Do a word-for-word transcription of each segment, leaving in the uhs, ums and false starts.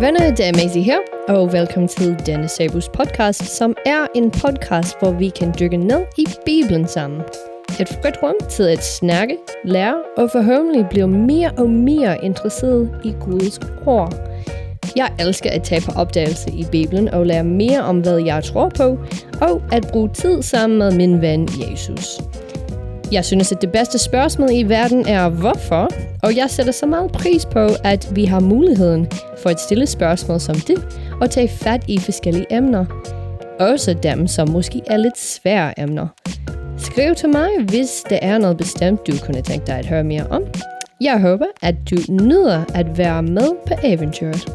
venner, det er Maisie her, og velkommen til denne Sabus podcast, som er en podcast, hvor vi kan dykke ned i Bibelen sammen. Et frit rum til at snakke, lære og forhåbentlig blive mere og mere interesseret i Guds ord. Jeg elsker at tage på opdagelse i Bibelen og lære mere om, hvad jeg tror på, og at bruge tid sammen med min ven Jesus. Jeg synes, at det bedste spørgsmål i verden er, hvorfor? Og jeg sætter så meget pris på, at vi har muligheden for at stille spørgsmål som det, og tage fat i forskellige emner. Også dem, som måske er lidt svære emner. Skriv til mig, hvis der er noget bestemt, du kunne tænke dig at høre mere om. Jeg håber, at du nyder at være med på eventyret.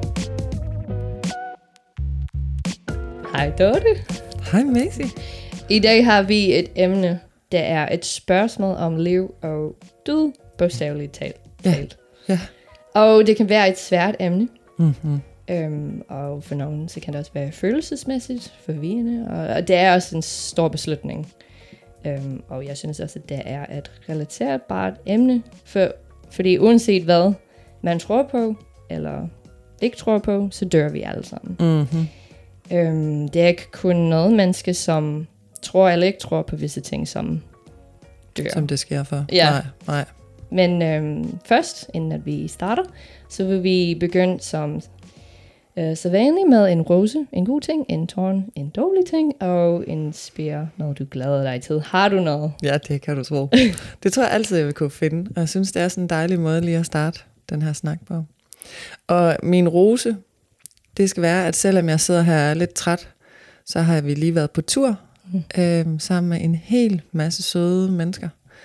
Hej Dorte. Hej Maisie. I dag har vi et emne, der er et spørgsmål om liv og død, bogstaveligt talt. Ja, ja. Og det kan være et svært emne. Mm-hmm. Øhm, og for nogen, så kan det også være følelsesmæssigt forvirrende. Og, og det er også en stor beslutning. Øhm, og jeg synes også, at det er et relaterbart emne. For, fordi uanset hvad man tror på, eller ikke tror på, så dør vi alle sammen. Mm-hmm. Øhm, det er ikke kun noget menneske, som tror eller ikke tror på visse ting, som dør. Som det sker for. Ja. Nej, nej. Men øhm, først, inden at vi starter, så vil vi begynde som øh, så vanligt med en rose, en god ting, en tårn, en dårlig ting, og en spire, noget du glæder dig til. Har du noget? Ja, det kan du tro. Det tror jeg altid, jeg vil kunne finde. Og jeg synes, det er sådan en dejlig måde lige at starte den her snak på. Og min rose, det skal være, at selvom jeg sidder her og er lidt træt, så har vi lige været på tur mm. øhm, sammen med en hel masse søde mennesker.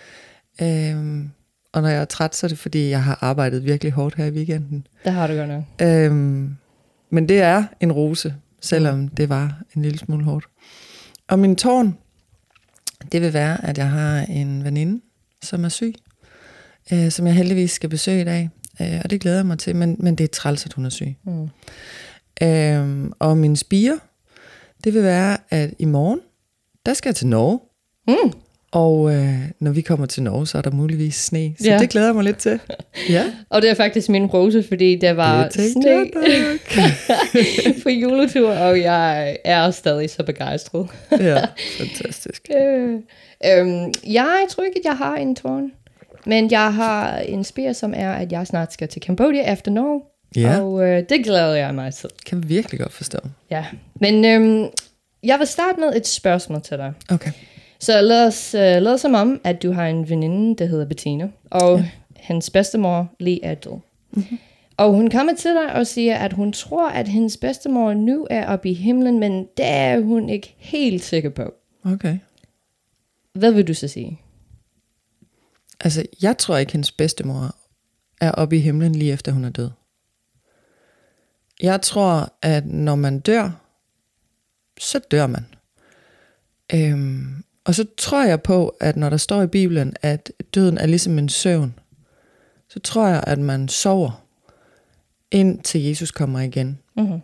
Øhm, og når jeg er træt, så er det fordi, jeg har arbejdet virkelig hårdt her i weekenden. Det har du godt nok. Øhm, men det er en rose, selvom mm. det var en lille smule hårdt. Og min tårn, det vil være, at jeg har en veninde, som er syg, øh, som jeg heldigvis skal besøge i dag. Øh, og det glæder jeg mig til, men, men det er træls, at hun er syg. Mm. Øhm, og min spire, det vil være, at i morgen, der skal jeg til Norge. Mm. Og øh, når vi kommer til Norge, så er der muligvis sne. Så ja. Det glæder jeg mig lidt til. Ja. Og det er faktisk min rose, fordi der var sne på juletur, og jeg er stadig så begejstret. Ja, fantastisk. øh, øhm, jeg tror ikke, at jeg har en tårn. Men jeg har en spire, som er, at jeg snart skal til Cambodja efter Norge. Ja. Og øh, det glæder jeg mig til. Kan jeg virkelig godt forstå. Ja, men øhm, jeg vil starte med et spørgsmål til dig. Okay. Så lad os uh, lad som om, at du har en veninde, der hedder Bettina. Og ja. Hendes bedstemor lige er død. Mm-hmm. Og hun kommer til dig og siger, at hun tror, at hendes bedstemor nu er oppe i himlen, men det er hun ikke helt sikker på. Okay. Hvad vil du så sige? Altså, jeg tror ikke, hendes bedstemor er oppe i himlen lige efter hun er død. Jeg tror, at når man dør, så dør man. Øhm, og så tror jeg på, at når der står i Bibelen, at døden er ligesom en søvn, så tror jeg, at man sover, indtil Jesus kommer igen. Mm-hmm.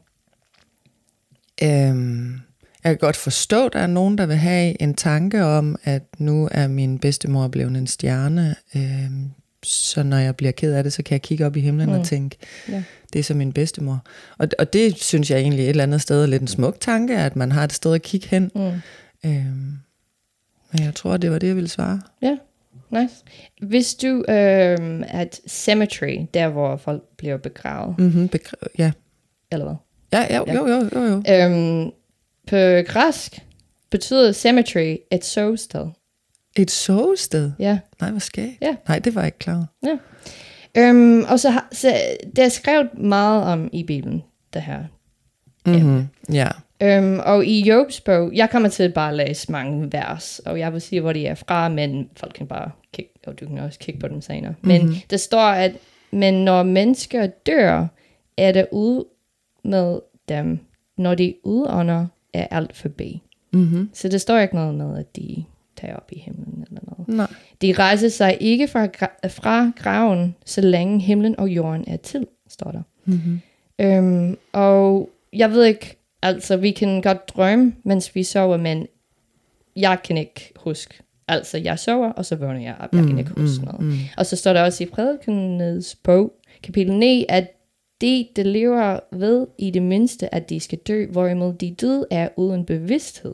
Øhm, jeg kan godt forstå, at der er nogen, der vil have en tanke om, at nu er min bedstemor blevet en stjerne, øhm, så når jeg bliver ked af det, så kan jeg kigge op i himlen mm. og tænke, ja. Det er så min bedstemor. Og, og det synes jeg egentlig et eller andet sted er lidt en smuk tanke, at man har et sted at kigge hen. Mm. Øhm, men jeg tror, det var det, jeg ville svare. Ja, nice. Hvis du øhm, at cemetery, der hvor folk bliver begravet. Mm-hmm, begra- ja. Eller hvad? Ja, ja, jo, jo, jo, jo. Øhm, på græsk betyder cemetery et sovested. Et sovested? Ja. Nej, hvor skægt. Ja. Nej, det var jeg ikke klar over. Ja. Øhm, og så, har, så der er skrevet meget om i Bibelen, det her. Mm-hmm. Ja. Øhm, og i Jobs bog, jeg kommer til at bare læse mange vers, og jeg vil sige, hvor de er fra, men folk kan bare kigge, og du kan også kigge på dem senere. Men mm-hmm. der står, at men når mennesker dør, er det ud med dem. Når de udånder, er alt forbi. Mm-hmm. Så der står ikke noget med, at de tager op i himlen eller noget. Nej. De rejser sig ikke fra, gra- fra graven, så længe himlen og jorden er til, står der. Mm-hmm. Øhm, og jeg ved ikke, altså vi kan godt drømme, mens vi sover, men jeg kan ikke huske. Altså jeg sover, og så vågner jeg op. Jeg mm, kan ikke huske mm, noget. Mm. Og så står der også i Prædikernes bog, kapitel ni, at De, der lever ved i det mindste, at de skal dø, hvorimod de døde er uden bevidsthed.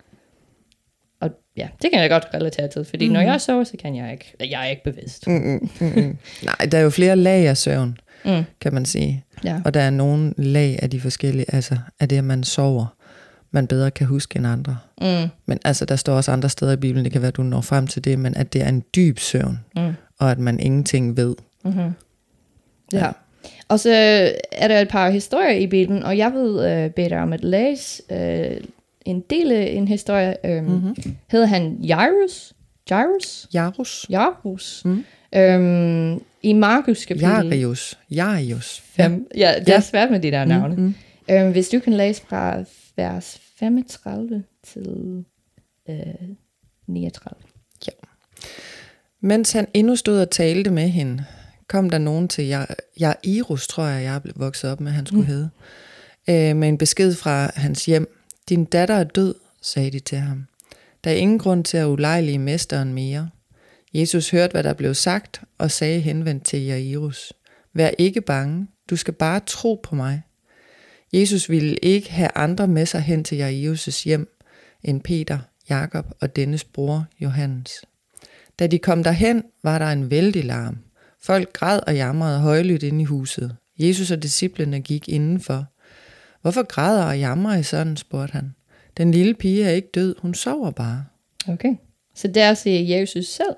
Og ja, det kan jeg godt relatere til, fordi mm. når jeg sover, så kan jeg ikke, jeg er ikke bevidst. Mm-mm, mm-mm. Nej, der er jo flere lag af søvn, mm. kan man sige. Ja. Og der er nogle lag af de forskellige, altså af det, at man sover, man bedre kan huske end andre. Mm. Men altså, der står også andre steder i Bibelen, det kan være, at du når frem til det, men at det er en dyb søvn, mm. og at man ingenting ved. Mm-hmm. Ja. ja. Og så er der et par historier i Bibelen, og jeg vil øh, bede dig om at læse øh, en del af en historie. Øh, mm-hmm. Hedder han Jairus? Jairus? Jairus. Jairus. Mm. Øh, I Markus kapitel. Jairus. Jairus. Fem. Ja, det er ja. svært med de der navne. Mm-hmm. Øh, hvis du kan læse fra vers femogtredive til øh, niogtredive. Ja. Mens han endnu stod og talte med hende, kom der nogen til Jairus, tror jeg, jeg er vokset op med, han skulle mm. hedde, øh, med en besked fra hans hjem. Din datter er død, sagde de til ham. Der er ingen grund til at ulejlige mesteren mere. Jesus hørte, hvad der blev sagt, og sagde henvendt til Jairus. Vær ikke bange, du skal bare tro på mig. Jesus ville ikke have andre med sig hen til Jairus' hjem, end Peter, Jakob og dennes bror Johannes. Da de kom derhen, var der en vældig larm. Folk græd og jamrede højlydt inde i huset. Jesus og disciplene gik indenfor. Hvorfor græder og jamrer I sådan, spurgte han. Den lille pige er ikke død, hun sover bare. Okay, så der siger Jesus selv.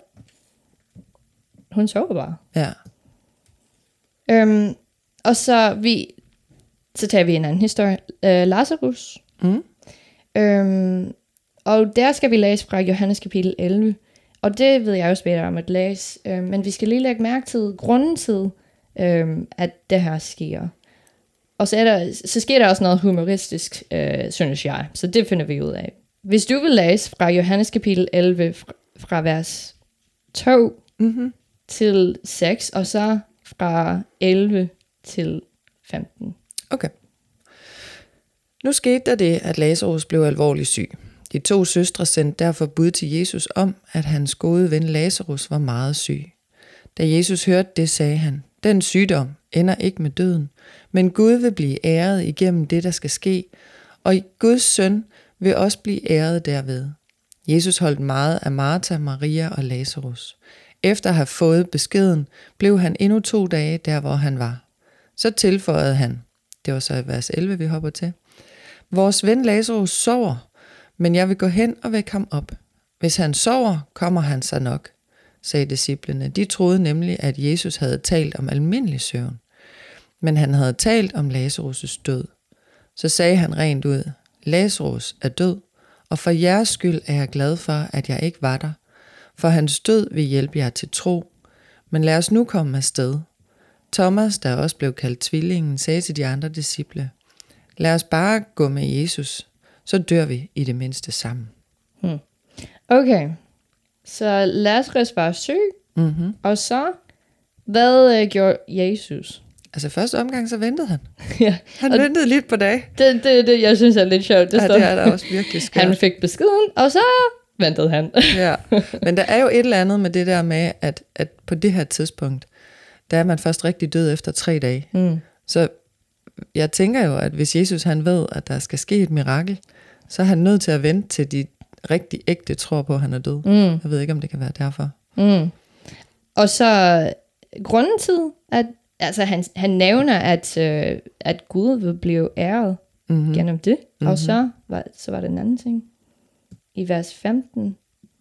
Hun sover bare. Ja. Øhm, og så vi, så tager vi en anden historie. Øh, Lazarus. Mm. Øhm, og der skal vi læse fra Johannes kapitel elleve. Og det ved jeg også bedre om at læse. Øh, men vi skal lige lægge mærke til grunden til, øh, at det her sker. Og så, er der, så sker der også noget humoristisk, øh, synes jeg. Så det finder vi ud af. Hvis du vil læse fra Johannes kapitel elleve, fra, fra vers to mm-hmm. til seks, og så fra elleve til femten. Okay. Nu skete der det, at Lazarus blev alvorligt syg. De to søstre sendte derfor bud til Jesus om, at hans gode ven Lazarus var meget syg. Da Jesus hørte det, sagde han, den sygdom ender ikke med døden, men Gud vil blive æret igennem det, der skal ske, og Guds søn vil også blive æret derved. Jesus holdt meget af Martha, Maria og Lazarus. Efter at have fået beskeden, blev han endnu to dage der, hvor han var. Så tilføjede han, det var så i vers elleve, vi hopper til, vores ven Lazarus sover, men jeg vil gå hen og vække ham op. Hvis han sover, kommer han sig nok, sagde disciplene. De troede nemlig, at Jesus havde talt om almindelig søvn. Men han havde talt om Lazarus' død. Så sagde han rent ud, Lazarus er død, og for jeres skyld er jeg glad for, at jeg ikke var der. For hans død vil hjælpe jer til tro. Men lad os nu komme afsted. Thomas, der også blev kaldt tvillingen, sagde til de andre disciple, lad os bare gå med Jesus, så dør vi i det mindste sammen. Hmm. Okay, så Lazarus var syg, mm-hmm. og så, hvad uh, gjorde Jesus? Altså første omgang, så ventede han. ja. Han og ventede lidt på dag. Det det, det, jeg synes er lidt sjovt. Det, ja, det er der også virkelig skørt. Han fik beskeden, og så ventede han. ja, men der er jo et eller andet med det der med, at, at på det her tidspunkt, der er man først rigtig død efter tre dage. Mm. Så jeg tænker jo, at hvis Jesus han ved, at der skal ske et mirakel, så er han nødt til at vente til de rigtig ægte tror på, at han er død. Mm. Jeg ved ikke, om det kan være derfor. Mm. Og så grunden til, at altså, han, han nævner, at, øh, at Gud vil blive æret mm-hmm. gennem det. Mm-hmm. Og så var, så var det en anden ting. I vers femten.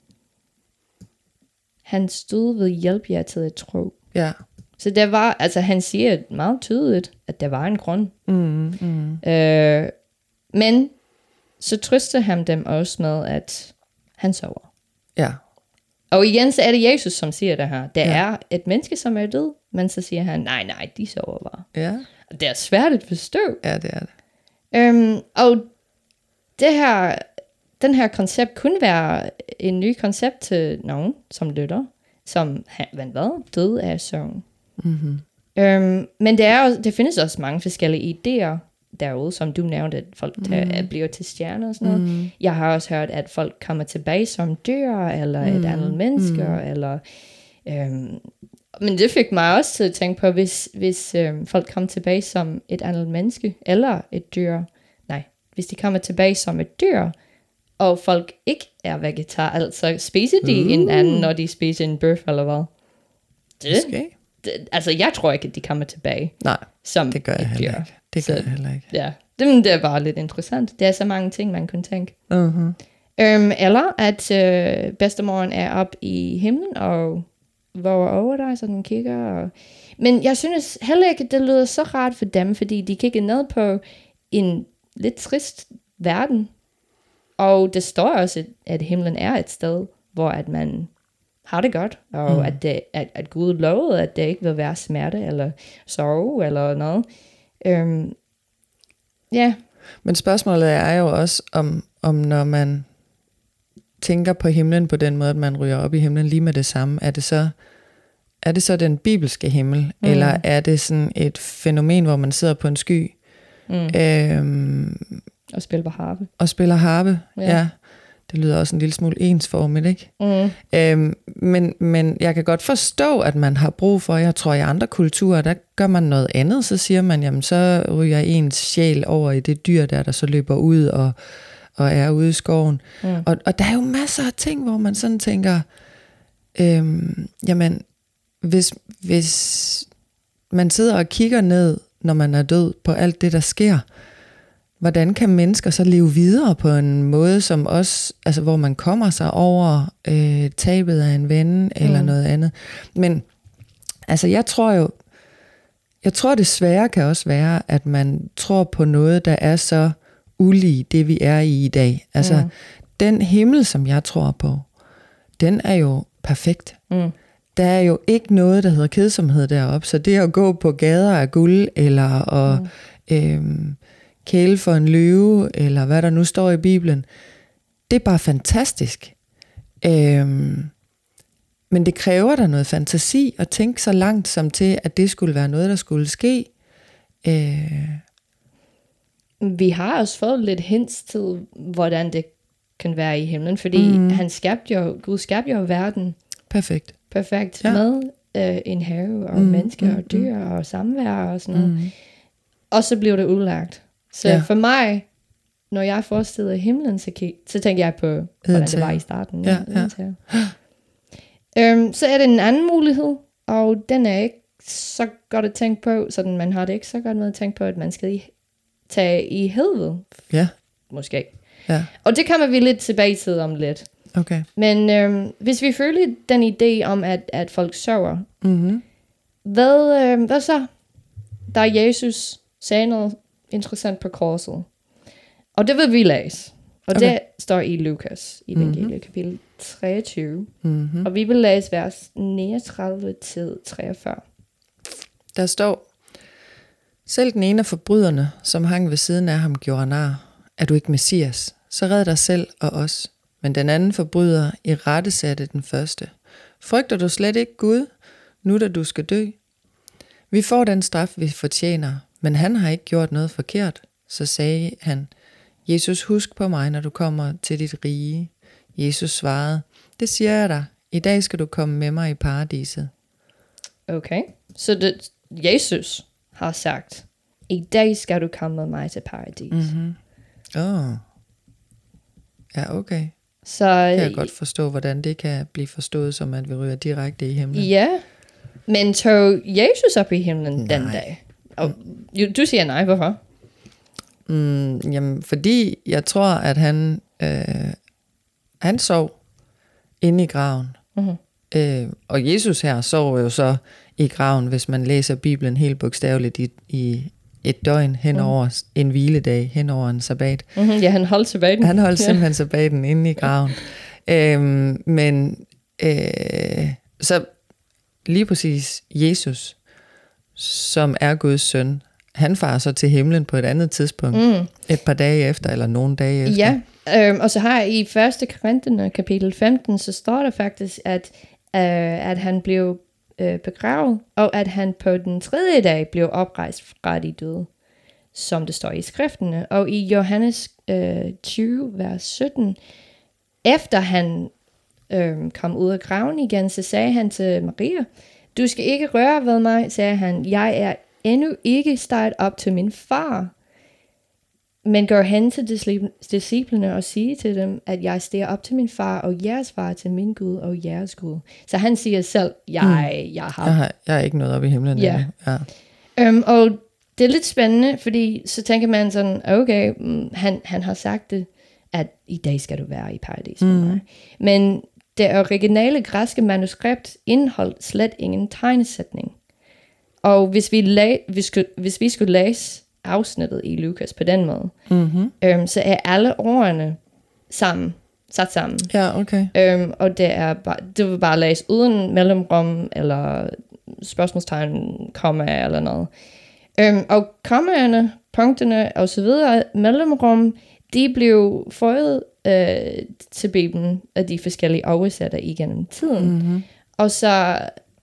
Hans død vil hjælpe jer til at tro. Ja. Så der var, altså han siger meget tydeligt, at der var en grund. Mm, mm. Øh, men så trøster han dem også med, at han sover. Ja. Og igen, så er det Jesus, som siger det her. Der ja. er et menneske, som er død, men så siger han, nej, nej, de sover bare. Ja. Og det er svært at forstå. Ja, det er det. Øhm, og det her, den her koncept kunne være en ny koncept til nogen, som lytter, som, hvad, hvad? Død af søvn. Mm-hmm. Øhm, men der, er, der findes også mange forskellige idéer derude, som du nævnte, at folk der, mm. at bliver til stjerner og sådan noget. Mm. Jeg har også hørt, at folk kommer tilbage som dyr, eller mm. et andet mennesker, mm. eller... Øhm, Men det fik mig også til at tænke på, hvis, hvis øh, folk kom tilbage som et andet menneske, eller et dyr. Nej, hvis de kommer tilbage som et dyr, og folk ikke er vegetar, altså spiser de uh. en anden, når de spiser en bøf, eller hvad? Det, okay. det, altså, jeg tror ikke, at de kommer tilbage. Nej, som det gør jeg et heller dyr. ikke. Det gør så, jeg heller ikke. Ja, det, det er bare lidt interessant. Der er så mange ting, man kunne tænke. Uh-huh. Um, eller at øh, bedstemoren er op i himlen, og våger over dig, så den kigger. Og... Men jeg synes heller ikke, det lyder så rart for dem, fordi de kigger ned på en lidt trist verden. Og det står også, at himlen er et sted, hvor at man har det godt, og mm. at, det, at, at Gud lovede, at det ikke vil være smerte, eller sorg, eller noget. Um, ja. Yeah. Men spørgsmålet er jo også, om, om når man tænker på himlen på den måde, at man ryger op i himlen lige med det samme, er det så, er det så den bibelske himmel, mm. eller er det sådan et fænomen, hvor man sidder på en sky, mm. øhm, og spiller på harpe. Og spiller harpe, ja. ja. Det lyder også en lille smule ensformigt, ikke? Mm. Øhm, men, men jeg kan godt forstå, at man har brug for, jeg tror i andre kulturer, der gør man noget andet, så siger man, jamen så ryger ens sjæl over i det dyr der, der så løber ud og, og er ude i skoven. Mm. Og, og der er jo masser af ting, hvor man sådan tænker, øhm, jamen hvis, hvis man sidder og kigger ned, når man er død, på alt det, der sker, hvordan kan mennesker så leve videre på en måde, som også, altså hvor man kommer sig over øh, tabet af en ven, eller mm. noget andet. Men altså jeg tror jo, jeg tror det svære kan også være, at man tror på noget, der er så ulige det, vi er i i dag. Altså mm. den himmel, som jeg tror på, den er jo perfekt. Mm. Der er jo ikke noget, der hedder kedsomhed deroppe, så det at gå på gader af guld, eller at mm. øhm, kæle for en løve, eller hvad der nu står i Bibelen, det er bare fantastisk. Øhm, men det kræver der noget fantasi, at tænke så langt som til, at det skulle være noget, der skulle ske. Øh. Vi har også fået lidt hints til, hvordan det kan være i himlen, fordi mm. han skabte jo, Gud skabte jo verden. Perfekt. Perfekt, ja. Med øh, en have, og mm. mennesker, og dyr, mm. og samvær, og sådan noget. Mm. Og så blev det udlagt. Så ja. For mig, når jeg forestiller himlen, så, så tænker jeg på, hvordan det var i starten. Ja, ja. Øhm, så er det en anden mulighed, og den er ikke så godt at tænke på, så man har det ikke så godt med at tænke på, at man skal i, tage i helvede. Ja. Måske. Ja. Og det kommer vi lidt tilbage til om lidt. Okay. Men øhm, hvis vi følger den idé om, at, at folk sørger, mm-hmm. hvad, øh, hvad så? Der er Jesus sagde noget interessant på korset. Og det vil vi læse. Og okay. det står i Lukas, i evangeliet, mm-hmm. kapitel treogtyve. Mm-hmm. Og vi vil læse vers niogtredive til treogfyrre. Der står, selv den ene af forbryderne, som hang ved siden af ham, gjorde nar. Er du ikke Messias? Så red dig selv og os. Men den anden forbryder irettesatte den første. Frygter du slet ikke Gud, nu da du skal dø? Vi får den straf, vi fortjener, men han har ikke gjort noget forkert. Så sagde han, Jesus, husk på mig, når du kommer til dit rige. Jesus svarede, det siger jeg dig. I dag skal du komme med mig i paradiset. Okay, så det, Jesus har sagt, i dag skal du komme med mig til paradis. Mhm. Åh. Oh. Ja, okay. Så kan jeg godt forstå, hvordan det kan blive forstået, som at vi ryger direkte i himlen. Ja, men tog Jesus op i himlen nej. den dag? Og du siger nej, hvorfor? Mm, jamen, fordi jeg tror, at han, øh, han sov inde i graven. Mm-hmm. Øh, og Jesus her sov jo så i graven, hvis man læser Bibelen helt bogstaveligt i, i et døgn hen over mm. en hviledag, hen over en sabbat. Mm-hmm. Ja, han holdt sabbaten. Han holdt simpelthen sabbaten inde i graven. øhm, men øh, så lige præcis Jesus, som er Guds søn, han farer så til himlen på et andet tidspunkt, mm. et par dage efter, eller nogle dage efter. Ja, øhm, og så har jeg i første Korinterne kapitel femten, så står der faktisk, at, øh, at han blev øh, begravet, og at han på den tredje dag blev oprejst fra de døde, som det står i skriftene. Og i Johannes øh, tyve, vers sytten, efter han øh, kom ud af graven igen, så sagde han til Maria, Du skal ikke røre ved mig, sagde han. Jeg er endnu ikke steget op til min far. Men går hen til disciplene og siger til dem, at jeg stiger op til min far og jeres far, til min Gud og jeres Gud. Så han siger selv, jeg, mm. jeg har... Jeg, har, jeg er ikke noget oppe i himlen. Ja. ja. Um, og det er lidt spændende, fordi så tænker man sådan, okay, mm, han, han har sagt det, at i dag skal du være i paradis med mm. mig. Men det originale græske manuskript indeholdt slet ingen tegnesætning. Og hvis vi, la- vi skulle, hvis vi skulle læse afsnittet i Lukas på den måde, mm-hmm. øhm, så er alle ordene sammen, sat sammen. Ja, okay. Øhm, og det er bare, det vil bare læse uden mellemrum, eller spørgsmålstegn, komma, eller noget. Øhm, og kommaerne, punkterne, og så videre, mellemrum, de blev føjet øh, til Bibelen af de forskellige oversætter igennem tiden. Mm-hmm. Og så,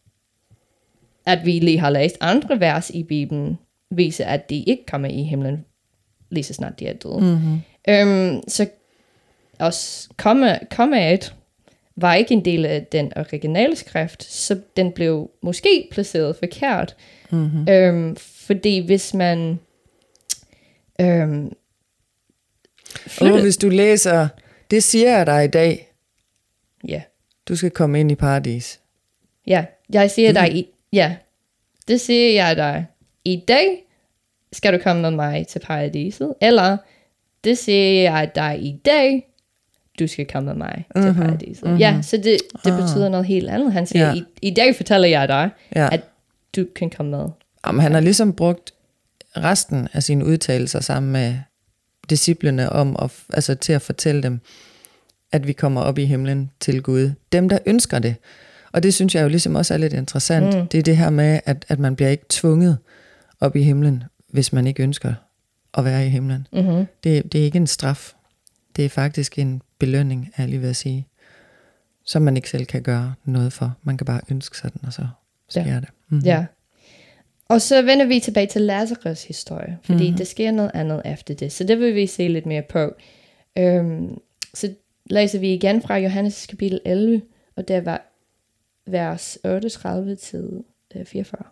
at vi lige har læst andre vers i Bibelen, viser, at de ikke kommer i himlen, lige så snart de er døde. Mm-hmm. Øhm, så også komma, kommaet var ikke en del af den originale skrift, så den blev måske placeret forkert. Mm-hmm. Øhm, fordi hvis man øhm, og hvis du læser, det siger jeg dig i dag, ja, du skal komme ind i paradis. ja, jeg siger Mm. dig, i, ja, det siger jeg dig, i dag skal du komme med mig til paradiset, eller det siger jeg dig i dag, du skal komme med mig til Mhm, paradiset. mhm. Ja, så det, det Ah. betyder noget helt andet. Han siger, Ja. i, i dag fortæller jeg dig, Ja. at du kan komme med. Jamen, han har ligesom brugt resten af sine udtalelser sammen med disciplene om at, altså til at fortælle dem, at vi kommer op i himlen til Gud. Dem, der ønsker det. Og det synes jeg jo ligesom også er lidt interessant. Mm. Det er det her med, at, at man bliver ikke tvunget op i himlen, hvis man ikke ønsker at være i himlen. Mm-hmm. Det, det er ikke en straf. Det er faktisk en belønning, er jeg lige ved at sige, som man ikke selv kan gøre noget for. Man kan bare ønske sig den, og så sker Ja. det. Mm-hmm. Ja. Og så vender vi tilbage til Lazarus' historie, fordi Mhm. mm-hmm. der sker noget andet efter det. Så det vil vi se lidt mere på. Øhm, så læser vi igen fra Johannes kapitel elleve, og der var vers otteogtredive til fireogfyrre.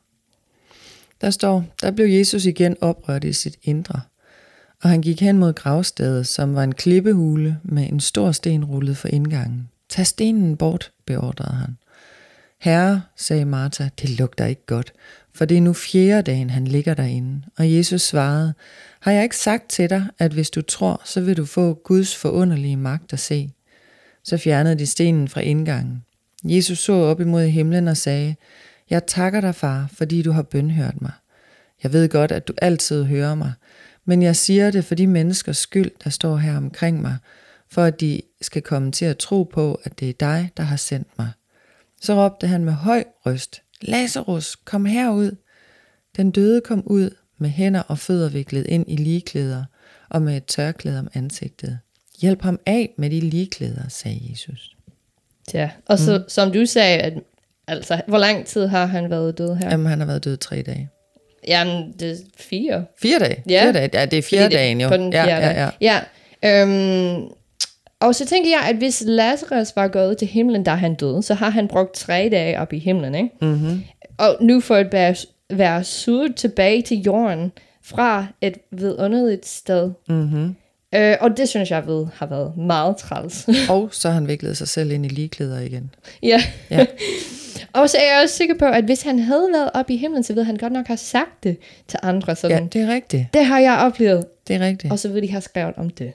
Der står, der blev Jesus igen oprørt i sit indre, og han gik hen mod gravstedet, som var en klippehule med en stor sten rullet for indgangen. Tag stenen bort, beordrede han. Herre, sagde Martha, det lugter ikke godt, for det er nu fjerde dagen, han ligger derinde. Og Jesus svarede, har jeg ikke sagt til dig, at hvis du tror, så vil du få Guds forunderlige magt at se? Så fjernede de stenen fra indgangen. Jesus så op imod himlen og sagde, jeg takker dig, far, fordi du har bønhørt mig. Jeg ved godt, at du altid hører mig, men jeg siger det for de menneskers skyld, der står her omkring mig, for at de skal komme til at tro på, at det er dig, der har sendt mig. Så råbte han med høj røst, Lazarus, kom herud. Den døde kom ud med hænder og fødder viklet ind i ligeklæder og med et tørklæde om ansigtet. Hjælp ham af med de ligeklæder, sagde Jesus. Ja, og så Mm. som du sagde, at, altså, hvor lang tid har han været død her? Jamen, han har været død tre dage. Jamen, det er fire. Fire dage? Ja. Fire dage. Ja, det er fjerde Fordi det- dagen jo. På den ja, fjerde. ja, ja. ja. Øhm, og så tænker jeg, at hvis Lazarus var gået til himlen, da han døde, så har han brugt tre dage op i himlen, ikke? Mm-hmm. Og nu for at være, være suget tilbage til jorden fra et vidunderligt sted. Mm-hmm. Øh, og det synes jeg ved har været meget træls. Og så har han viklet sig selv ind i ligeklæder igen. ja. Ja. Og så er jeg også sikker på, at hvis han havde været oppe i himlen, så ville han godt nok have sagt det til andre. Sådan, Ja, det er rigtigt. det har jeg oplevet. Det er rigtigt. Og så ville de have skrevet om det.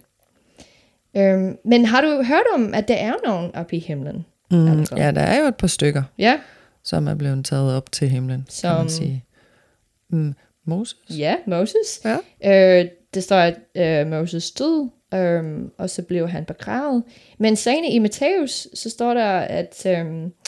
Øhm, men har du hørt om, at der er nogen oppe i himlen? Mm, Altså. ja, der er jo et par stykker, Ja, som er blevet taget op til himlen, kan Som- man sige. Mm, Moses? ja, Moses. Ja. Øh, det står, at øh, Moses døde, øh, og så blev han begravet. Men senere i Matthæus, så står der, at øh,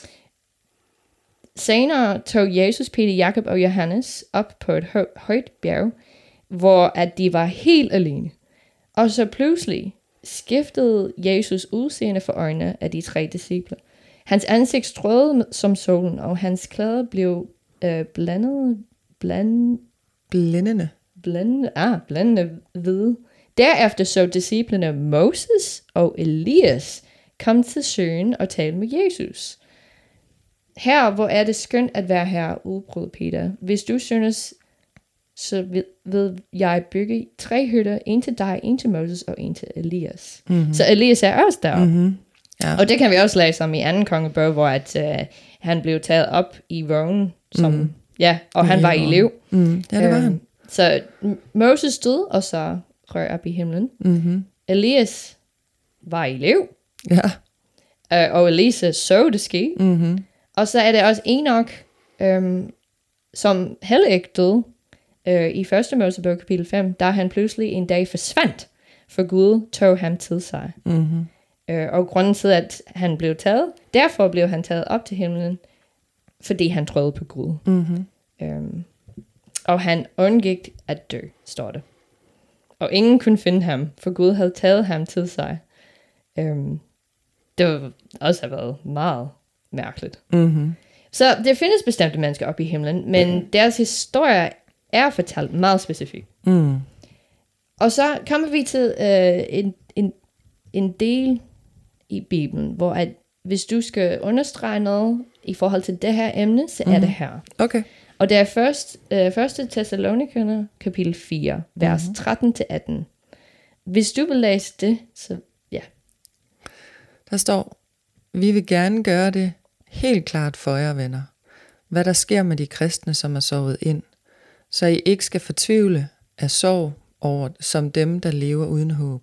senere tog Jesus, Peter, Jakob og Johannes op på et hø- højt bjerg, hvor at de var helt alene. Og så pludselig skiftede Jesus udseende for øjnene af de tre disciple. Hans ansigt strålede som solen, og hans klæder blev øh, blandet, bland, Blændende. blændende, ah, blændende hvide. Derefter så disciplene Moses og Elias kom til søen og tale med Jesus. her, hvor er det skønt at være her, udbrød Peter. Hvis du synes, så vil, vil jeg bygge tre hytter, en til dig, en til Moses og en til Elias. Mm-hmm. Så Elias er også deroppe. Mm-hmm. Ja. Og det kan vi også læse om i anden kongebog, hvor at, uh, han blev taget op i vognen, som, mm. ja, og han var i liv. Mm. Ja, det var um, han. Så Moses døde, og så røg op i himlen. Mm-hmm. Elias var i liv. Ja. Uh, og Elisa så det ske. Mm-hmm. Og så er det også Enoch, um, som heller ikke døde uh, i første Mosebog kapitel fem, da han pludselig en dag forsvandt, for Gud tog ham til sig. Mm-hmm. Uh, og grunden til, at han blev taget, derfor blev han taget op til himlen, fordi han troede på Gud. Mm-hmm. Um, og han undgik at dø, står det. Og ingen kunne finde ham, for Gud havde taget ham til sig. Um, det var også have været meget mærkeligt. Mm-hmm. Så der findes bestemte mennesker oppe i himlen, men mm. deres historie er fortalt meget specifikt. Mm. Og så kommer vi til uh, en, en, en del i Bibelen, hvor at hvis du skal understrege noget i forhold til det her emne, så mm. er det her. Okay. Og det er først, uh, første Thessalonikerne, kapitel fire, vers mm. tretten til atten. Hvis du vil læse det, så ja. Der står, vi vil gerne gøre det helt klart for jer, venner, hvad der sker med de kristne, som er sovet ind, så I ikke skal fortvivle af sorg over som dem, der lever uden håb.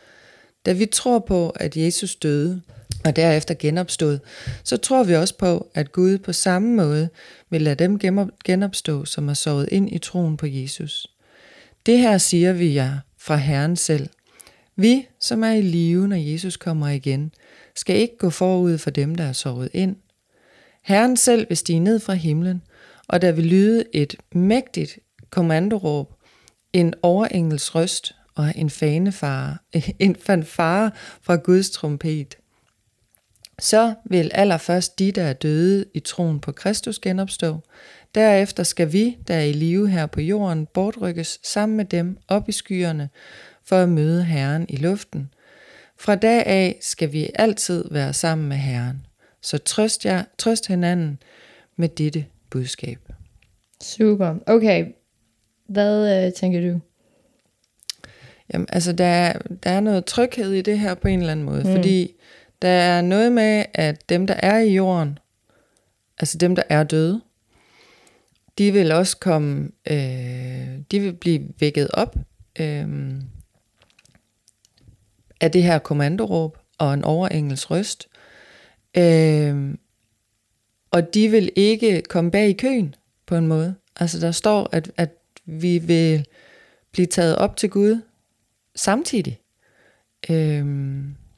Da vi tror på, at Jesus døde og derefter genopstod, så tror vi også på, at Gud på samme måde vil lade dem genopstå, som er sovet ind i troen på Jesus. Det her siger vi jer fra Herren selv. Vi, som er i live, når Jesus kommer igen, skal ikke gå forud for dem, der er sovet ind. Herren selv vil stige ned fra himlen, og der vil lyde et mægtigt kommandoråb, en overengels røst og en fanfare, en fanfare fra Guds trompet. Så vil allerførst de, der er døde i troen på Kristus, genopstå. Derefter skal vi, der er i live her på jorden, bortrykkes sammen med dem op i skyerne for at møde Herren i luften. Fra dag af skal vi altid være sammen med Herren. Så trøst, jer, trøst hinanden med dette budskab. Super. Okay. Hvad øh, tænker du? Jamen, altså, der er, der er noget tryghed i det her på en eller anden måde. Mm. Fordi der er noget med, at dem, der er i jorden, altså dem, der er døde, de vil også komme, øh, de vil blive vækket op øh, af det her kommandoråb og en overengels røst. Øh, og de vil ikke komme bag i køen på en måde. Altså der står, at, at vi vil blive taget op til Gud samtidig. Øh,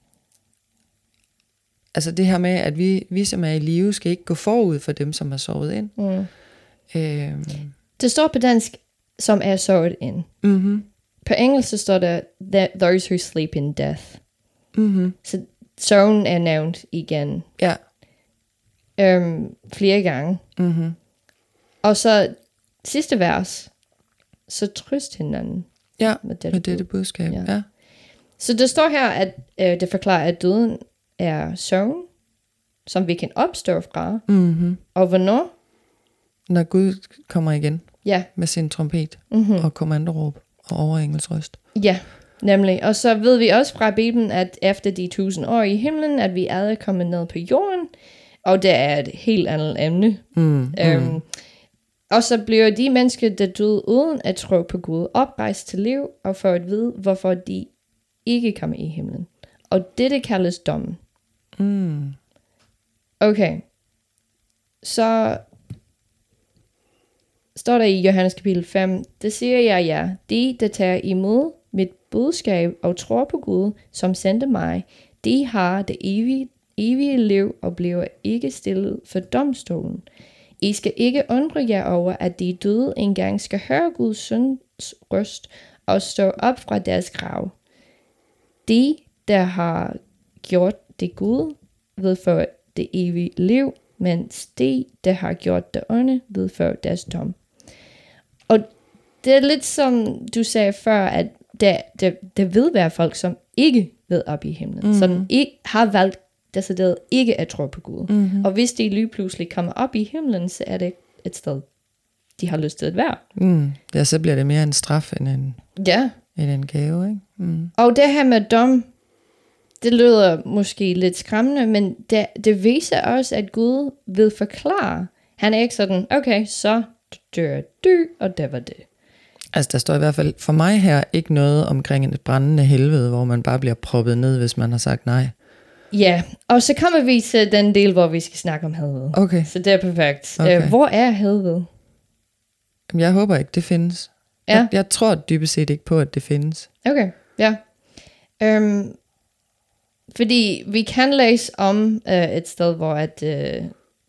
altså det her med, at vi, vi som er i live, skal ikke gå forud for dem, som er sovet ind. Mm. Øh, det står på dansk, som er sovet ind. Mm-hmm. På engelsk så står der, those who sleep in death. Mm-hmm. Så søvn er nævnt igen. Ja. Øhm, flere gange. Mm-hmm. Og så sidste vers, så trøst hinanden. Ja, med dette, med dette budskab. Ja. Ja. Så det står her, at øh, det forklarer, at døden er søvn, som vi kan opstå fra. Mm-hmm. Og hvornår? Når Gud kommer igen. Ja. Med sin trompet mm-hmm. og kommandoråb og overengels røst. Ja, nemlig. Og så ved vi også fra Bibelen, at efter de tusind år i himlen, at vi alle er kommet ned på jorden. Og det er et helt andet emne. Mm, øhm, mm. Og så bliver de mennesker, der døde uden at tro på Gud, oprejst til liv, og for at vide, hvorfor de ikke kommer i himlen. Og dette kaldes dommen. Mm. Okay. Så står der i Johannes kapitel fem, det siger jeg ja, de, der tager imod mit budskab og tror på Gud, som sendte mig, de har det evige, evige liv og bliver ikke stillet for domstolen. I skal ikke undre jer over, at de døde engang skal høre Guds søns røst og stå op fra deres grav. De, der har gjort det Gud, vil få det evige liv, mens de, der har gjort det onde, vil få deres dom. Og det er lidt som du sagde før, at der, der, der vil være folk, som ikke vil op i himlen. Mm. Som ikke har valgt decideret ikke at tro på Gud. Mm-hmm. Og hvis de lige pludselig kommer op i himlen, så er det et sted, de har lyst til at være. Mm. Ja, så bliver det mere en straf end en, Ja. end en gave, ikke? Mm. Og det her med dom, det lyder måske lidt skræmmende, men det, det viser også, at Gud vil forklare. Han er ikke sådan, okay, så dør du, og det var det. Altså, der står i hvert fald for mig her ikke noget omkring et brændende helvede, hvor man bare bliver proppet ned, hvis man har sagt nej. Ja, og så kommer vi til den del, hvor vi skal snakke om helvede. Okay. Så det er perfekt. Okay. Uh, hvor er helvede? Jeg håber ikke, det findes. Ja. Jeg, jeg tror dybest set ikke på, at det findes. Okay, ja. Um, fordi vi kan læse om uh, et sted, hvor at uh,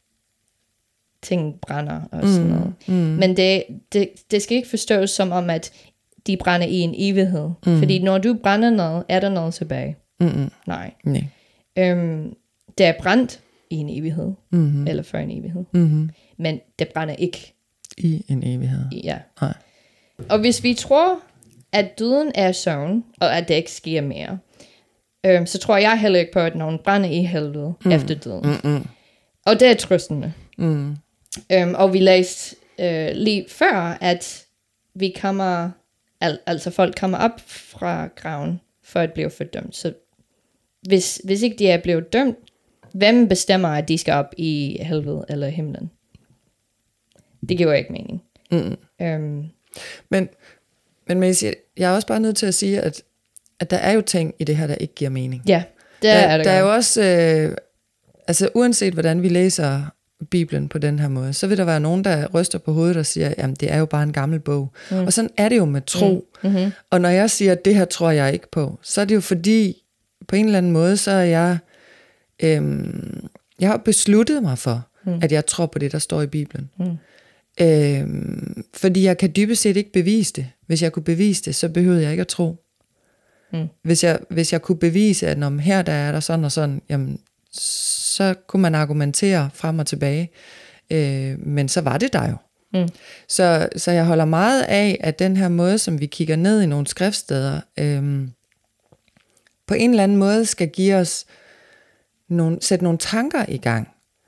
ting brænder og sådan noget. Mm, mm. Men det, det, det skal ikke forstås som om, at de brænder i en evighed. Mm. Fordi når du brænder noget, er der noget tilbage. Mm-mm. Nej. Nej. Um, det er brændt i en evighed. Mm-hmm. Eller for en evighed. Mm-hmm. Men det brænder ikke. I en evighed. Ja. Nej. Og hvis vi tror, at døden er søvn, og at det ikke sker mere, øhm, så tror jeg heller ikke på, at nogen brænder i helvede mm. efter døden. Mm-mm. Og det er trøstende. Mm. Øhm, og vi læste øh, lige før, at vi kommer, al- altså folk kommer op fra graven for at blive fordømt. Så hvis, hvis ikke de er blevet dømt, hvem bestemmer, at de skal op i helvede eller himlen? Det giver ikke mening. Mm. Øhm, Men, men Maisie, jeg er også bare nødt til at sige, at, at der er jo ting i det her, der ikke giver mening. ja, det Der, er det. der er godt. jo også, øh, altså uanset hvordan vi læser Bibelen på den her måde, så vil der være nogen, der ryster på hovedet og siger, jamen det er jo bare en gammel bog. Mm. Og sådan er det jo med tro. Mm. Mm-hmm. Og når jeg siger, at det her tror jeg ikke på, så er det jo fordi, på en eller anden måde, så er jeg, øhm, jeg har besluttet mig for, mm. at jeg tror på det, der står i Bibelen. Mm. Øhm, fordi jeg kan dybest set ikke bevise det. Hvis jeg kunne bevise det, så behøvede jeg ikke at tro. Mm. Hvis, jeg, hvis jeg kunne bevise, at når her der er der sådan og sådan, jamen, så kunne man argumentere frem og tilbage. Øh, men så var det der jo. Mm. Så, så jeg holder meget af, at den her måde, som vi kigger ned i nogle skriftsteder, øh, på en eller anden måde skal give os nogle, sætte nogle tanker i gang.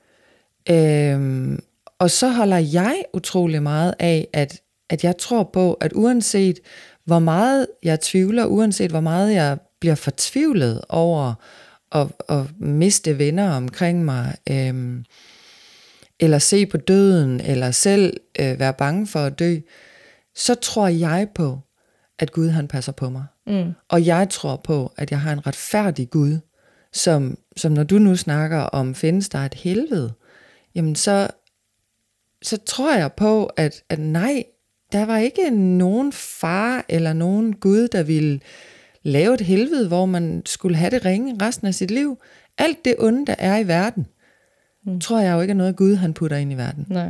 Øh, og så holder jeg utrolig meget af, at, at jeg tror på, at uanset hvor meget jeg tvivler, uanset hvor meget jeg bliver fortvivlet over at, at miste venner omkring mig, øh, eller se på døden, eller selv øh, være bange for at dø, så tror jeg på, at Gud han passer på mig. Mm. Og jeg tror på, at jeg har en retfærdig Gud, som, som når du nu snakker om, findes der et helvede, jamen så, så tror jeg på, at, at nej, der var ikke nogen far eller nogen Gud, der ville lave et helvede, hvor man skulle have det ringe resten af sit liv. Alt det onde, der er i verden, mm. tror jeg jo ikke er noget Gud, han putter ind i verden. Nej.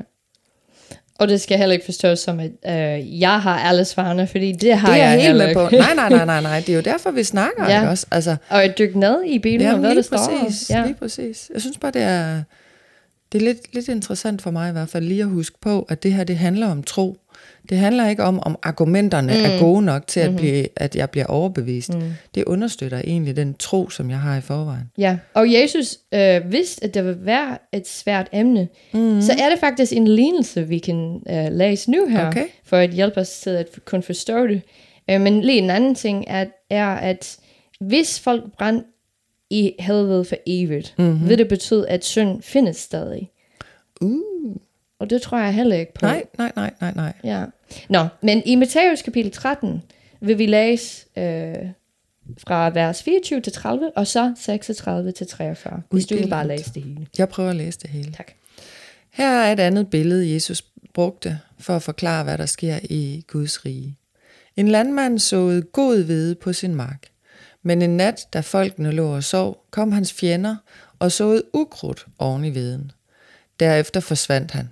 Og det skal heller ikke forstås som, at øh, jeg har alle svarene, fordi det har det er jeg helt heller med på. Nej, nej, nej, nej, nej. Det er jo derfor, vi snakker, ja. ikke også? Altså, og at dykke ned i Bibelen, ja, og hvad lige der står. præcis, Ja. lige præcis. Jeg synes bare, det er, det er lidt, lidt interessant for mig i hvert fald lige at huske på, at det her, det handler om tro. Det handler ikke om, om argumenterne mm. er gode nok til, at, mm-hmm. blive, at jeg bliver overbevist. Mm. Det understøtter egentlig den tro, som jeg har i forvejen. Ja, og Jesus øh, vidste, at det vil være et svært emne. Mm. Så er det faktisk en lignelse, vi kan øh, læse nu her, okay. for at hjælpe os til at kunne forstå det. Øh, men lige en anden ting er, er, at hvis folk brænder i helvede for evigt, mm-hmm. vil det betyde, at synd findes stadig. Uh. Og det tror jeg heller ikke på. Nej, nej, nej, nej, nej. Ja. Nå, men i Matthæus kapitel tretten vil vi læse øh, fra vers fireogtyve til tredive, og så seksogtredive til treogfyrre. Hvis du vil bare læse det hele. Jeg prøver at læse det hele. Tak. Her er et andet billede, Jesus brugte for at forklare, hvad der sker i Guds rige. En landmand såede god hvede på sin mark. Men en nat, da folkene lå og sov, kom hans fjender og såede ukrudt oven i hveden. Derefter forsvandt han.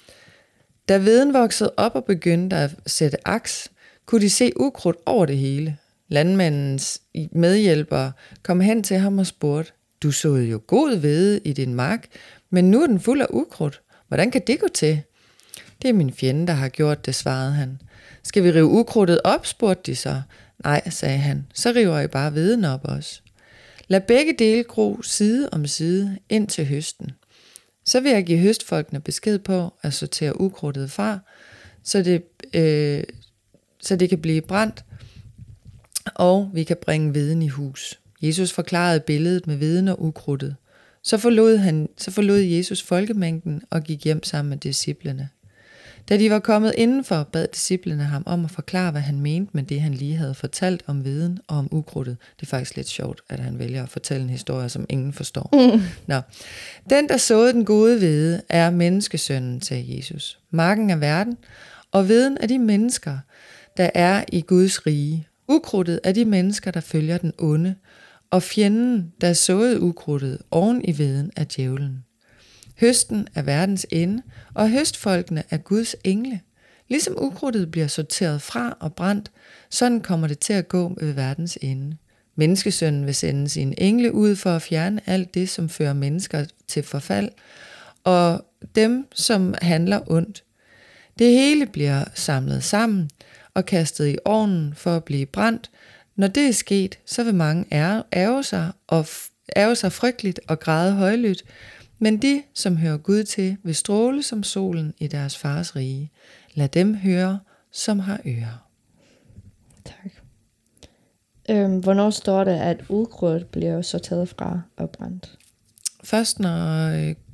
Da hveden voksede op og begyndte at sætte aks, kunne de se ukrudt over det hele. Landmandens medhjælpere kom hen til ham og spurgte, du såede jo god hvede i din mark, men nu er den fuld af ukrudt. Hvordan kan det gå til? Det er min fjende, der har gjort det, svarede han. Skal vi rive ukrudtet op, spurgte de så. Nej, sagde han, så river I bare hveden op også. Lad begge dele gro side om side ind til høsten. Så vil jeg give høstfolkene besked på at sortere ukrudtet fra, så det, øh, så det kan blive brændt, og vi kan bringe hveden i hus. Jesus forklarede billedet med hveden og ukrudtet. Så forlod, han, så forlod Jesus folkemængden og gik hjem sammen med disciplene. Da de var kommet indenfor, bad disciplene ham om at forklare, hvad han mente med det, han lige havde fortalt om hveden og om ukrudtet. Det er faktisk lidt sjovt, at han vælger at fortælle en historie, som ingen forstår. Mm. Nå. Den, der såede den gode hvede, er menneskesønnen, sagde Jesus. Marken er verden, og hveden er de mennesker, der er i Guds rige. Ukrudtet er de mennesker, der følger den onde, og fjenden, der såede ukrudtet oven i hveden, er djævlen. Høsten er verdens ende, og høstfolkene er Guds engle. Ligesom ukrudtet bliver sorteret fra og brændt, sådan kommer det til at gå ved verdens ende. Menneskesønnen vil sende sine engle ud for at fjerne alt det, som fører mennesker til forfald, og dem, som handler ondt. Det hele bliver samlet sammen og kastet i ovnen for at blive brændt. Når det er sket, så vil mange ærge sig, og ærge sig frygteligt og græde højlydt, men de, som hører Gud til, vil stråle som solen i deres fars rige. Lad dem høre, som har ører. Tak. Øhm, hvornår står det, at ukrudtet bliver sorteret fra og brændt? Først når,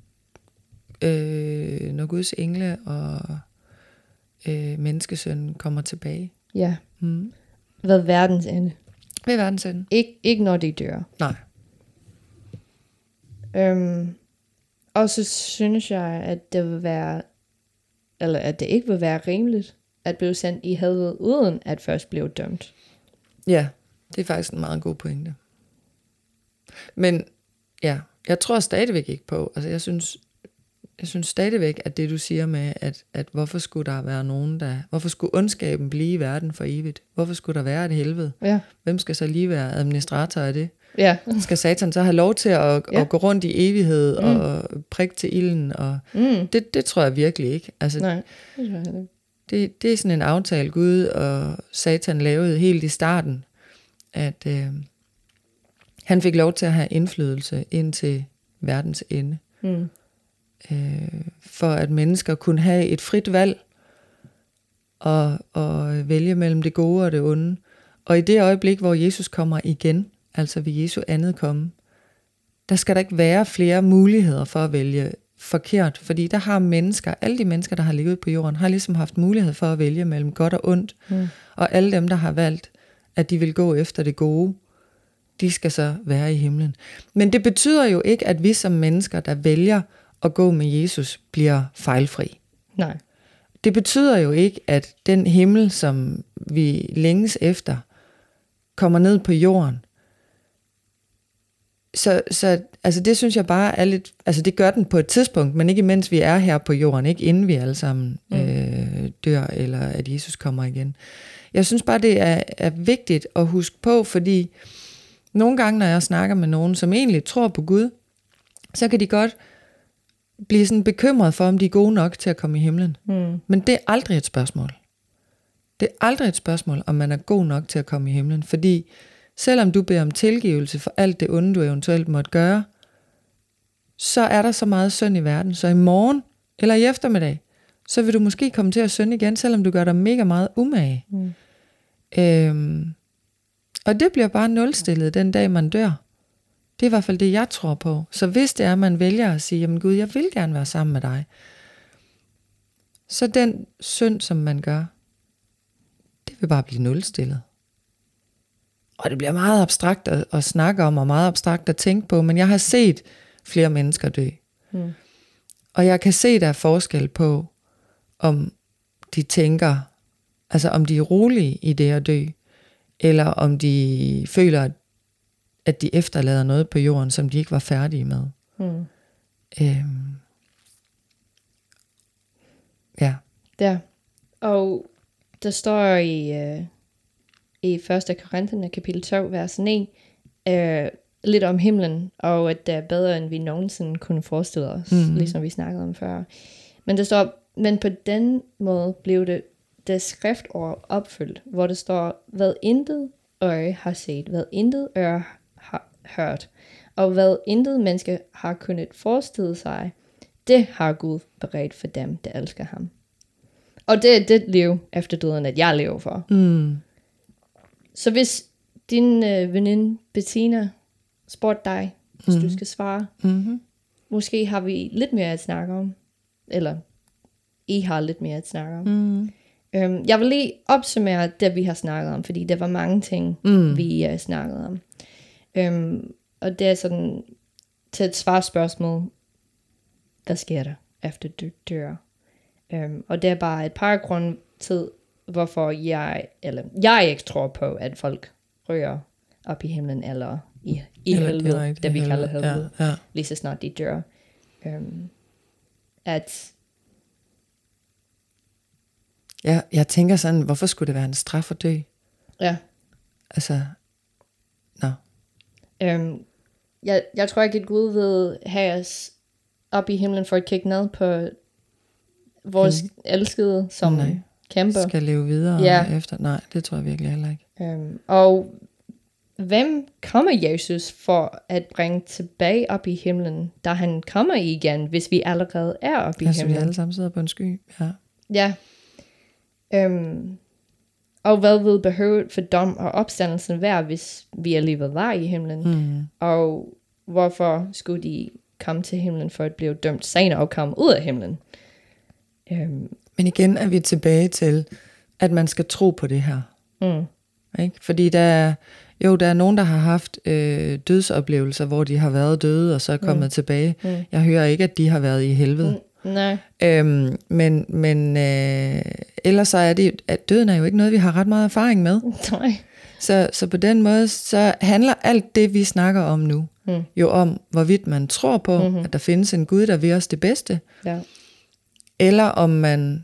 øh, når Guds engle og øh, menneskesønnen kommer tilbage. Ja. Mm. Ved verdens ende. Ved verdens ende. Ik- ikke når de dør. Nej. Øhm, og så synes jeg, at det vil være, eller at det ikke vil være rimeligt, at blive sendt i helvede, uden at først blive dømt. Ja, det er faktisk en meget god pointe. Men ja, jeg tror stadigvæk ikke på, altså jeg synes, jeg synes stadigvæk, at det du siger med, at, at hvorfor skulle der være nogen, der, hvorfor skulle ondskaben blive i verden for evigt? Hvorfor skulle der være et helvede? Ja. Hvem skal så lige være administrator af det? Ja. Skal Satan så have lov til at, ja. at gå rundt i evighed mm. og prikke til ilden? Og mm. det, det tror jeg virkelig ikke. Altså, Nej, det tror jeg ikke. Det, det er sådan en aftale, Gud og Satan lavede helt i starten, at øh, han fik lov til at have indflydelse ind til verdens ende. Mm. Øh, for at mennesker kunne have et frit valg og, og vælge mellem det gode og det onde. Og i det øjeblik, hvor Jesus kommer igen, altså ved Jesu andet komme, der skal der ikke være flere muligheder for at vælge forkert, fordi der har mennesker, alle de mennesker, der har ligget på jorden, har ligesom haft mulighed for at vælge mellem godt og ondt, mm. og alle dem, der har valgt, at de vil gå efter det gode, de skal så være i himlen. Men det betyder jo ikke, at vi som mennesker, der vælger at gå med Jesus, bliver fejlfri. Nej. Det betyder jo ikke, at den himmel, som vi længes efter, kommer ned på jorden. Så, så altså det synes jeg bare er lidt, altså det gør den på et tidspunkt, men ikke imens vi er her på jorden, ikke inden vi alle sammen mm. øh, dør, eller at Jesus kommer igen. Jeg synes bare, det er, er vigtigt at huske på, fordi nogle gange, når jeg snakker med nogen, som egentlig tror på Gud, så kan de godt blive sådan bekymret for, om de er gode nok til at komme i himlen. Mm. Men det er aldrig et spørgsmål. Det er aldrig et spørgsmål, om man er god nok til at komme i himlen, fordi selvom du beder om tilgivelse for alt det onde, du eventuelt måtte gøre, så er der så meget synd i verden, så i morgen eller i eftermiddag, så vil du måske komme til at synde igen, selvom du gør dig mega meget umage. Mm. Øhm, og det bliver bare nulstillet den dag, man dør. Det er i hvert fald det, jeg tror på. Så hvis det er, at man vælger at sige, jamen Gud, jeg vil gerne være sammen med dig, så den synd, som man gør, det vil bare blive nulstillet. Og det bliver meget abstrakt at, at snakke om, og meget abstrakt at tænke på, men jeg har set flere mennesker dø. Mm. Og jeg kan se, der er forskel på, om de tænker, altså om de er rolige i det at dø, eller om de føler, at de efterlader noget på jorden, som de ikke var færdige med. Mm. Øhm. Ja. Ja, og der står i... Øh i første Korinterne kapitel to, vers ni, øh, lidt om himlen, og at det er bedre, end vi nogensinde kunne forestille os, mm. ligesom vi snakkede om før. Men der står, men på den måde blev det, det skriftord opfyldt, hvor det står, hvad intet øje har set, hvad intet øre har hørt. Og hvad intet menneske har kunnet forestille sig, det har Gud beredt for dem, der elsker ham. Og det er det liv efter døden, at jeg lever for. Mm. Så hvis din øh, veninde Bettina spurgte dig, hvis mm. du skal svare, Mm-hmm. måske har vi lidt mere at snakke om, eller I har lidt mere at snakke om. Mm. Um, jeg vil lige opsummere det, vi har snakket om, fordi der var mange ting, Mm. vi uh, snakkede om. Um, og det er sådan, til et svarspørgsmål, hvad sker der efter du dør? Um, og det er bare et par grunde til, hvorfor jeg, eller jeg ikke tror på, at folk rører op i himlen, eller i, i Eller helvede, direkte det vi i kalder helvede. helvede, Ja, ja. lige så snart de dør. Um, at, Ja, jeg tænker sådan, hvorfor skulle det være en straf at dø? ja, Altså, nå. Um, jeg, jeg tror ikke, at Gud vil have os op i himlen for at kigge ned på vores Mm. elskede, som Nej. kæmper. Skal leve videre Ja. efter. Nej, det tror jeg virkelig heller ikke. Um, og hvem kommer Jesus for at bringe tilbage op i himlen, da han kommer igen, hvis vi allerede er op i Altså, vi himlen? alle sammen sidder på en sky. Ja. Ja. Um, og hvad vil behovet for dom og opstandelsen være, hvis vi alligevel var i himlen? Mm. Og hvorfor skulle de komme til himlen for at blive dømt senere og komme ud af himlen? Um, Men igen er vi tilbage til, at man skal tro på det her. mm, Ikke? Fordi der er, jo, der er nogen, der har haft øh, dødsoplevelser, hvor de har været døde, og så er kommet mm. tilbage. Mm. Jeg hører ikke, at de har været i helvede. mm, nej. Øhm, men men øh, ellers så er det, at døden er jo ikke noget, vi har ret meget erfaring med. Nej. Så, så på den måde, så handler alt det, vi snakker om nu, Mm. jo om, hvorvidt man tror på, Mm-hmm. at der findes en Gud, der vil os det bedste, Ja. eller om man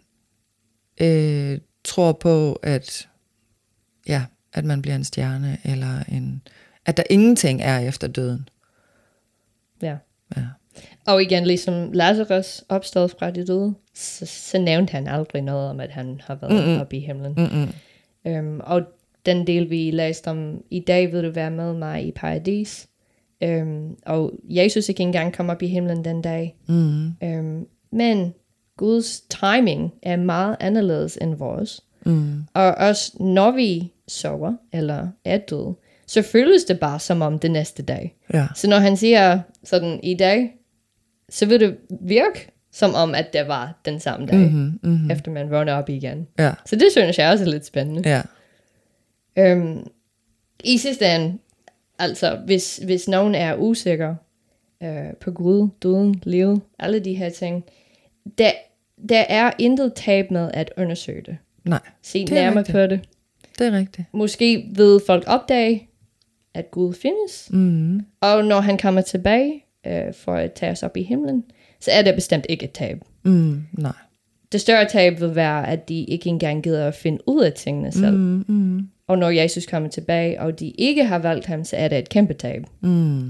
øh, tror på, at, ja, at man bliver en stjerne, eller en, at der ingenting er efter døden. Ja. Ja. Og igen, ligesom Lazarus opstod fra de døde, så, så nævnte han aldrig noget om, at han har været Mm-mm. oppe i himlen. Mm-mm. Um, og den del, vi læste om i dag, vil du være med mig i paradis. Um, og Jesus ikke engang kom op i himlen den dag. Mm. Um, men Guds timing er meget anderledes end vores. Mm. Og også når vi sover eller er døde, så føles det bare som om det næste dag. Ja. Så når han siger sådan i dag, så vil det virke som om, at det var den samme dag, Mm-hmm. Mm-hmm. efter man vågner op igen. Ja. Så det synes jeg også er lidt spændende. Ja. Um, I sidste ende, altså hvis, hvis nogen er usikker uh, på Gud, døden, livet, alle de her ting, der, der er intet tab med at undersøge det. Nej, Se det er nærmere rigtigt. på det. det er rigtigt. Måske vil folk opdage, at Gud findes, Mm. og når han kommer tilbage uh, for at tage os op i himlen, så er det bestemt ikke et tab. Mm. Nej. Det større tab vil være, at de ikke engang gider at finde ud af tingene selv. Mm. Mm. Og når Jesus kommer tilbage, og de ikke har valgt ham, så er det et kæmpe tab. Mm.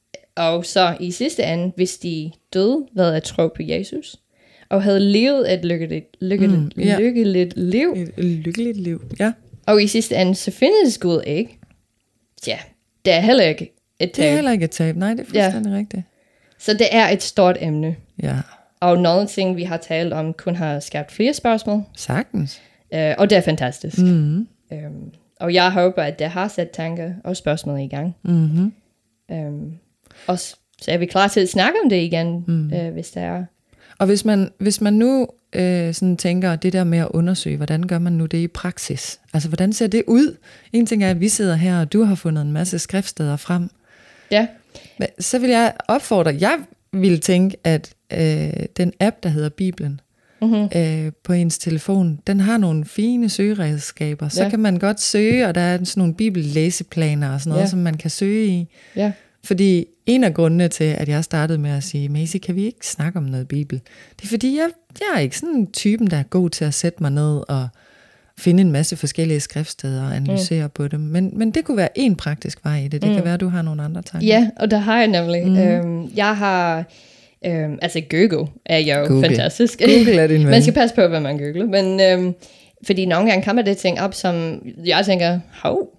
Og så i sidste ende, hvis de døde ved at tro på Jesus, og havde levet et lykkeligt, lykkeligt, Mm, ja. lykkeligt liv, Et lykkeligt liv. Ja. og i sidste ende, så findes Gud ikke, ja, det er heller ikke et Det er tab. heller ikke et tab. Nej, det er fuldstændig ja. rigtigt. Så det er et stort emne. Ja. Og nogle ting, vi har talt om, kun har skabt flere spørgsmål, Sagtens. uh, og det er fantastisk. Mm. Um, og jeg håber, at det har sat tanker og spørgsmål i gang. Mm-hmm. Um, og s- så er vi klar til at snakke om det igen, Mm. uh, hvis der er. Og hvis man, hvis man nu øh, sådan tænker, det der med at undersøge, hvordan gør man nu det i praksis? Altså, hvordan ser det ud? En ting er, at vi sidder her, og du har fundet en masse skriftsteder frem. Ja, Men så vil jeg opfordre, jeg vil tænke, at øh, den app, der hedder Bibelen, mm-hmm. øh, på ens telefon, den har nogle fine søgeredskaber. Så Ja. kan man godt søge, og der er sådan nogle bibellæseplaner og sådan noget, Ja. som man kan søge i. ja, Fordi en af grundene til, at jeg startede med at sige, Maisie, kan vi ikke snakke om noget bibel? Det er fordi, jeg, jeg er ikke sådan en typen, der er god til at sætte mig ned og finde en masse forskellige skriftsteder og analysere mm. på dem. Men, men det kunne være en praktisk vej i det. Det mm. kan være, at du har nogle andre tanker. ja, og der har jeg nemlig. Mm. Um, jeg har, um, altså Google er jo Google. fantastisk. Google er din ven. Man skal passe på, hvad man googler. Men um, fordi nogle gange kommer det ting op, som jeg tænker, hov,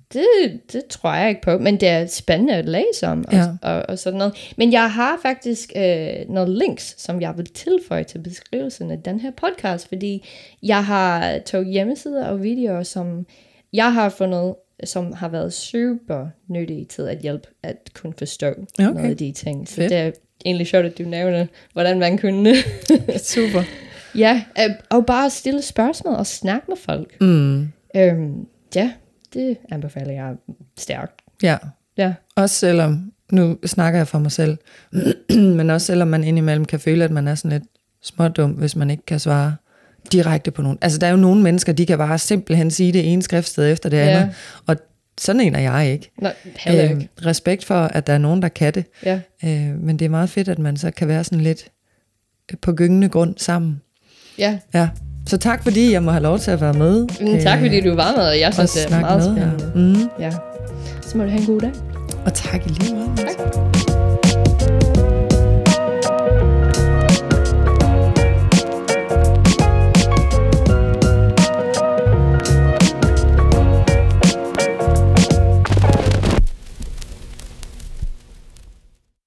Det, det tror jeg ikke på, men det er spændende at læse om, og, Ja. og, og sådan noget. Men jeg har faktisk øh, nogle links, som jeg vil tilføje til beskrivelsen af den her podcast, fordi jeg har taget hjemmesider og videoer, som jeg har fundet, som har været super nyttige til at hjælpe at kunne forstå Okay. nogle af de ting. Så Fedt. det er egentlig sjovt, at du nævner, hvordan man kunne... Super. ja, øh, og bare stille spørgsmål og snakke med folk. Mm. Øhm, ja, det anbefaler jeg stærkt. Ja. Ja. Også selvom, nu snakker jeg for mig selv, men også selvom man indimellem kan føle, at man er sådan lidt smådum, hvis man ikke kan svare direkte på nogen. Altså der er jo nogle mennesker, de kan bare simpelthen sige det ene skriftsted efter det Ja. andet, og sådan en er jeg ikke. Nå, heller ikke. Øh, respekt for, at der er nogen, der kan det, Ja. øh, men det er meget fedt, at man så kan være sådan lidt på gyngende grund sammen. Ja. Ja. Så tak fordi jeg må have lov til at være med. Men tak fordi du var med, og jeg og synes, det er snakke meget med her. spændende. Mm. Ja. Så må du have en god dag. Og tak i lige måde. Tak.